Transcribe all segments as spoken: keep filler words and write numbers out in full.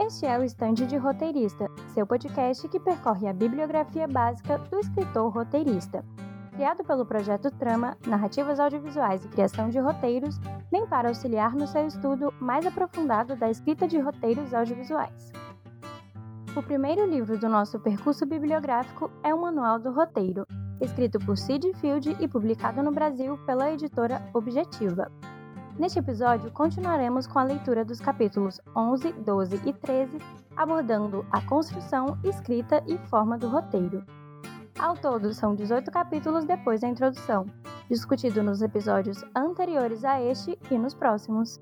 Este é o Estande de Roteirista, seu podcast que percorre a bibliografia básica do escritor roteirista. Criado pelo Projeto Trama, Narrativas Audiovisuais e Criação de Roteiros, vem para auxiliar no seu estudo mais aprofundado da escrita de roteiros audiovisuais. O primeiro livro do nosso percurso bibliográfico é o Manual do Roteiro, escrito por Sid Field e publicado no Brasil pela editora Objetiva. Neste episódio, continuaremos com a leitura dos capítulos onze, doze e treze, abordando a construção, escrita e forma do roteiro. Ao todo, são dezoito capítulos depois da introdução, discutido nos episódios anteriores a este e nos próximos.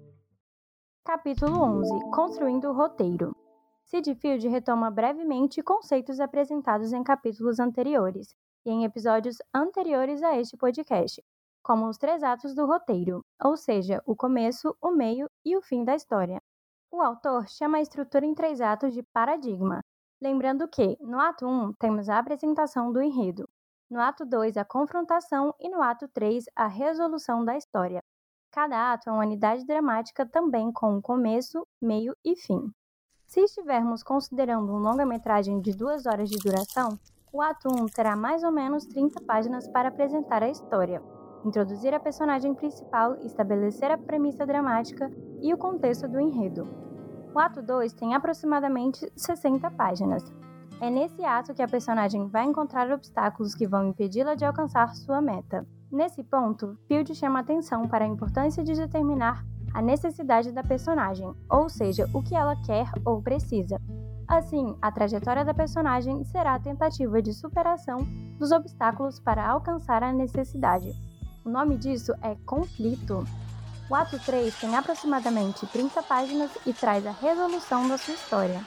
Capítulo onze. Construindo o roteiro. Sid Field retoma brevemente conceitos apresentados em capítulos anteriores e em episódios anteriores a este podcast, como os três atos do roteiro, ou seja, o começo, o meio e o fim da história. O autor chama a estrutura em três atos de paradigma, lembrando que, no ato um, temos a apresentação do enredo, no ato dois, a confrontação e no ato três, a resolução da história. Cada ato é uma unidade dramática também com um começo, meio e fim. Se estivermos considerando um longa-metragem de duas horas de duração, o ato um terá mais ou menos trinta páginas para apresentar a história, introduzir a personagem principal, estabelecer a premissa dramática e o contexto do enredo. O ato dois tem aproximadamente sessenta páginas. É nesse ato que a personagem vai encontrar obstáculos que vão impedi-la de alcançar sua meta. Nesse ponto, Field chama atenção para a importância de determinar a necessidade da personagem, ou seja, o que ela quer ou precisa. Assim, a trajetória da personagem será a tentativa de superação dos obstáculos para alcançar a necessidade. O nome disso é conflito. O ato três tem aproximadamente trinta páginas e traz a resolução da sua história.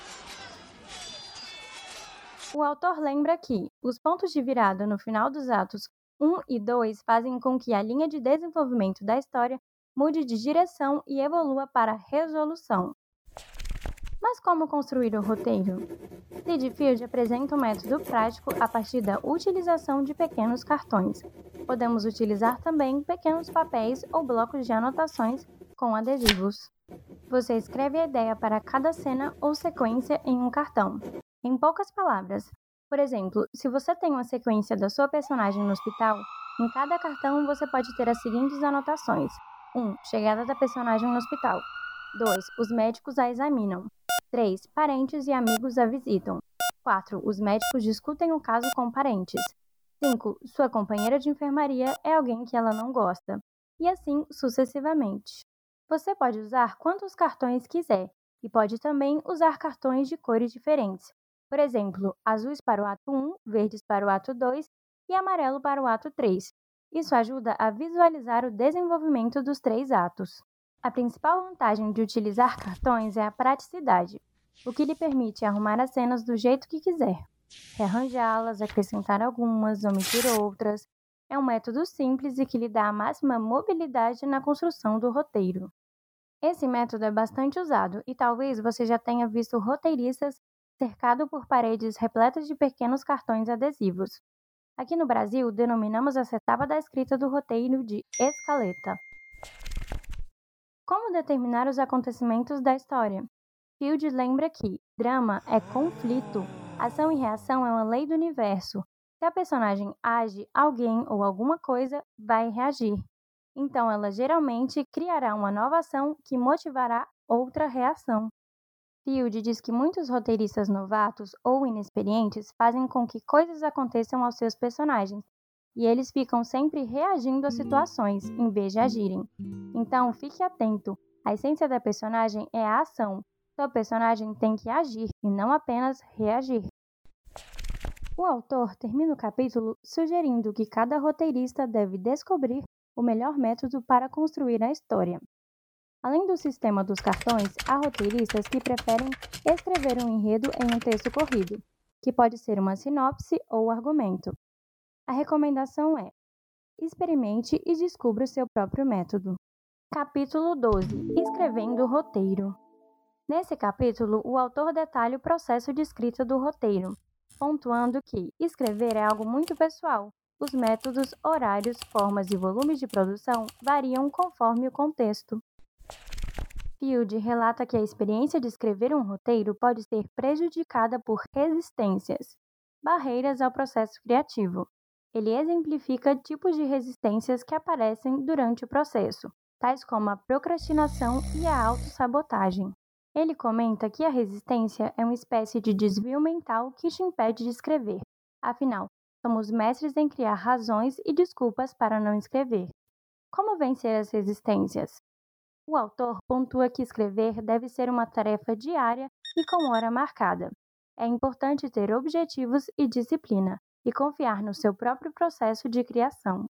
O autor lembra que os pontos de virada no final dos atos um e dois fazem com que a linha de desenvolvimento da história mude de direção e evolua para resolução. Mas como construir o roteiro? Sid Field apresenta um método prático a partir da utilização de pequenos cartões. Podemos utilizar também pequenos papéis ou blocos de anotações com adesivos. Você escreve a ideia para cada cena ou sequência em um cartão. Em poucas palavras, por exemplo, se você tem uma sequência da sua personagem no hospital, em cada cartão você pode ter as seguintes anotações. um. Chegada da personagem no hospital. dois. Os médicos a examinam. três. Parentes e amigos a visitam. quatro. Os médicos discutem o caso com parentes. cinco. Sua companheira de enfermaria é alguém que ela não gosta. E assim sucessivamente. Você pode usar quantos cartões quiser e pode também usar cartões de cores diferentes. Por exemplo, azuis para o ato um, verdes para o ato dois e amarelo para o ato três. Isso ajuda a visualizar o desenvolvimento dos três atos. A principal vantagem de utilizar cartões é a praticidade, o que lhe permite arrumar as cenas do jeito que quiser, rearranjá-las, acrescentar algumas, omitir outras. É um método simples e que lhe dá a máxima mobilidade na construção do roteiro. Esse método é bastante usado e talvez você já tenha visto roteiristas cercado por paredes repletas de pequenos cartões adesivos. Aqui no Brasil, denominamos essa etapa da escrita do roteiro de escaleta. Como determinar os acontecimentos da história? Field lembra que drama é conflito, ação e reação é uma lei do universo. Se a personagem age, alguém ou alguma coisa vai reagir. Então ela geralmente criará uma nova ação que motivará outra reação. Field diz que muitos roteiristas novatos ou inexperientes fazem com que coisas aconteçam aos seus personagens, e eles ficam sempre reagindo às situações, em vez de agirem. Então, fique atento. A essência da personagem é a ação. Sua personagem tem que agir e não apenas reagir. O autor termina o capítulo sugerindo que cada roteirista deve descobrir o melhor método para construir a história. Além do sistema dos cartões, há roteiristas que preferem escrever um enredo em um texto corrido, que pode ser uma sinopse ou argumento. A recomendação é: experimente e descubra o seu próprio método. Capítulo doze. Escrevendo o roteiro. Nesse capítulo, o autor detalha o processo de escrita do roteiro, pontuando que escrever é algo muito pessoal. Os métodos, horários, formas e volumes de produção variam conforme o contexto. Field relata que a experiência de escrever um roteiro pode ser prejudicada por resistências, barreiras ao processo criativo. Ele exemplifica tipos de resistências que aparecem durante o processo, tais como a procrastinação e a autossabotagem. Ele comenta que a resistência é uma espécie de desvio mental que te impede de escrever. Afinal, somos mestres em criar razões e desculpas para não escrever. Como vencer as resistências? O autor pontua que escrever deve ser uma tarefa diária e com hora marcada. É importante ter objetivos e disciplina, e confiar no seu próprio processo de criação.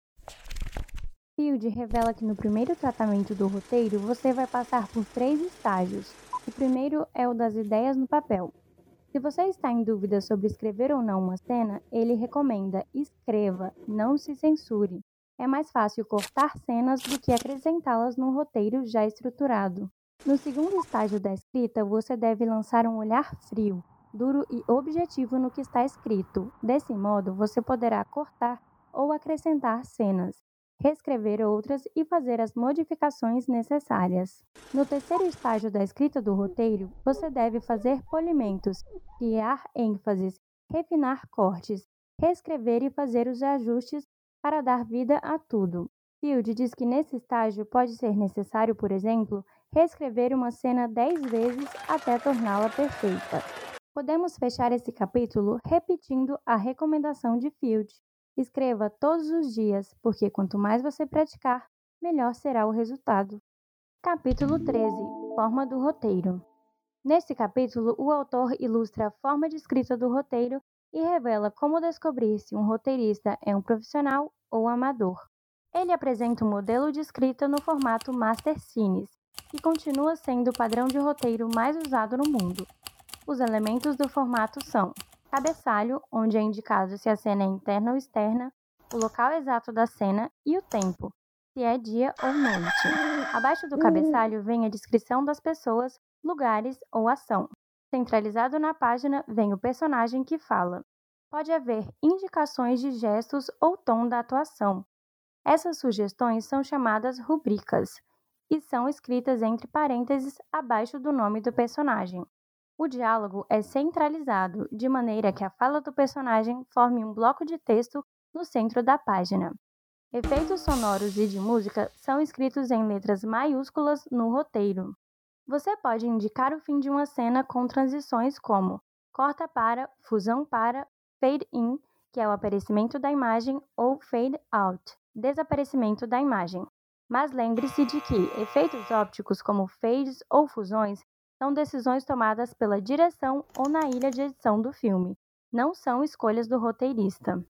Field revela que no primeiro tratamento do roteiro você vai passar por três estágios. O primeiro é o das ideias no papel. Se você está em dúvida sobre escrever ou não uma cena, ele recomenda: escreva, não se censure. É mais fácil cortar cenas do que acrescentá-las num roteiro já estruturado. No segundo estágio da escrita, você deve lançar um olhar frio, duro e objetivo no que está escrito. Desse modo, você poderá cortar ou acrescentar cenas, reescrever outras e fazer as modificações necessárias. No terceiro estágio da escrita do roteiro, você deve fazer polimentos, criar ênfases, refinar cortes, reescrever e fazer os ajustes para dar vida a tudo. Field diz que nesse estágio pode ser necessário, por exemplo, reescrever uma cena dez vezes até torná-la perfeita. Podemos fechar esse capítulo repetindo a recomendação de Field. Escreva todos os dias, porque quanto mais você praticar, melhor será o resultado. Capítulo treze. Forma do roteiro. Neste capítulo, o autor ilustra a forma de escrita do roteiro e revela como descobrir se um roteirista é um profissional ou amador. Ele apresenta um modelo de escrita no formato Master Cines, que continua sendo o padrão de roteiro mais usado no mundo. Os elementos do formato são: cabeçalho, onde é indicado se a cena é interna ou externa, o local exato da cena e o tempo, se é dia ou noite. Abaixo do cabeçalho vem a descrição das pessoas, lugares ou ação. Centralizado na página vem o personagem que fala. Pode haver indicações de gestos ou tom da atuação. Essas sugestões são chamadas rubricas e são escritas entre parênteses abaixo do nome do personagem. O diálogo é centralizado, de maneira que a fala do personagem forme um bloco de texto no centro da página. Efeitos sonoros e de música são escritos em letras maiúsculas no roteiro. Você pode indicar o fim de uma cena com transições como corta para, fusão para, fade in, que é o aparecimento da imagem, ou fade out, desaparecimento da imagem. Mas lembre-se de que efeitos ópticos como fades ou fusões são decisões tomadas pela direção ou na ilha de edição do filme, não são escolhas do roteirista.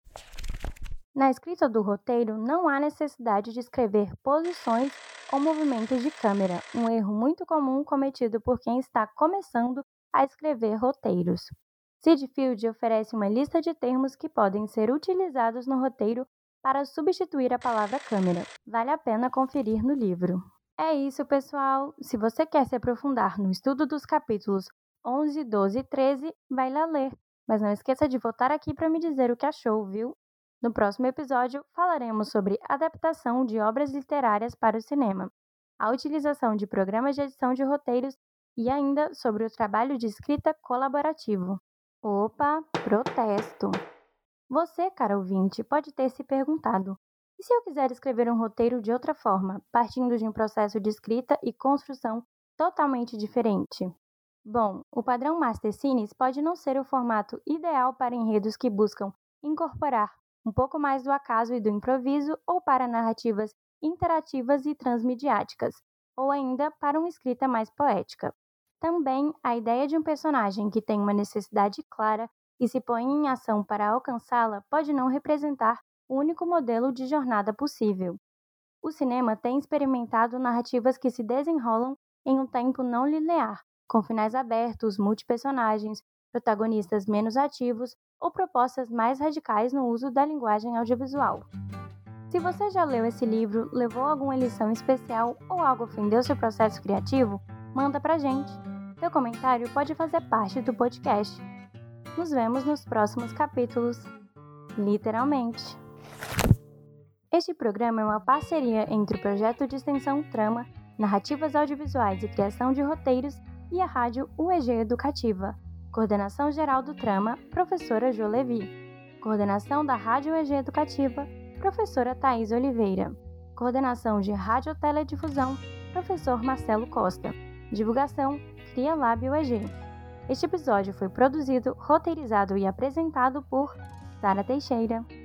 Na escrita do roteiro, não há necessidade de escrever posições ou movimentos de câmera, um erro muito comum cometido por quem está começando a escrever roteiros. Sid Field oferece uma lista de termos que podem ser utilizados no roteiro para substituir a palavra câmera. Vale a pena conferir no livro. É isso, pessoal! Se você quer se aprofundar no estudo dos capítulos onze, doze e treze, vai lá ler. Mas não esqueça de voltar aqui para me dizer o que achou, viu? No próximo episódio, falaremos sobre adaptação de obras literárias para o cinema, a utilização de programas de edição de roteiros e ainda sobre o trabalho de escrita colaborativo. Opa, protesto! Você, cara ouvinte, pode ter se perguntado: e se eu quiser escrever um roteiro de outra forma, partindo de um processo de escrita e construção totalmente diferente? Bom, o padrão Master Cines pode não ser o formato ideal para enredos que buscam incorporar um pouco mais do acaso e do improviso, ou para narrativas interativas e transmediáticas, ou ainda para uma escrita mais poética. Também, a ideia de um personagem que tem uma necessidade clara e se põe em ação para alcançá-la pode não representar o único modelo de jornada possível. O cinema tem experimentado narrativas que se desenrolam em um tempo não linear, com finais abertos, multipersonagens, protagonistas menos ativos ou propostas mais radicais no uso da linguagem audiovisual. Se você já leu esse livro, levou alguma lição especial ou algo ofendeu seu processo criativo, manda pra gente. Seu comentário pode fazer parte do podcast. Nos vemos nos próximos capítulos. Literalmente. Este programa é uma parceria entre o projeto de extensão Trama narrativas audiovisuais e criação de roteiros, e a Rádio U E G Educativa. Coordenação geral do Trama, professora Jo Levi. Coordenação da Rádio U E G Educativa, professora Thaís Oliveira. Coordenação de Radioteledifusão, professor Marcelo Costa. Divulgação, Cria Lab U E G. Este episódio foi produzido, roteirizado e apresentado por Sara Teixeira.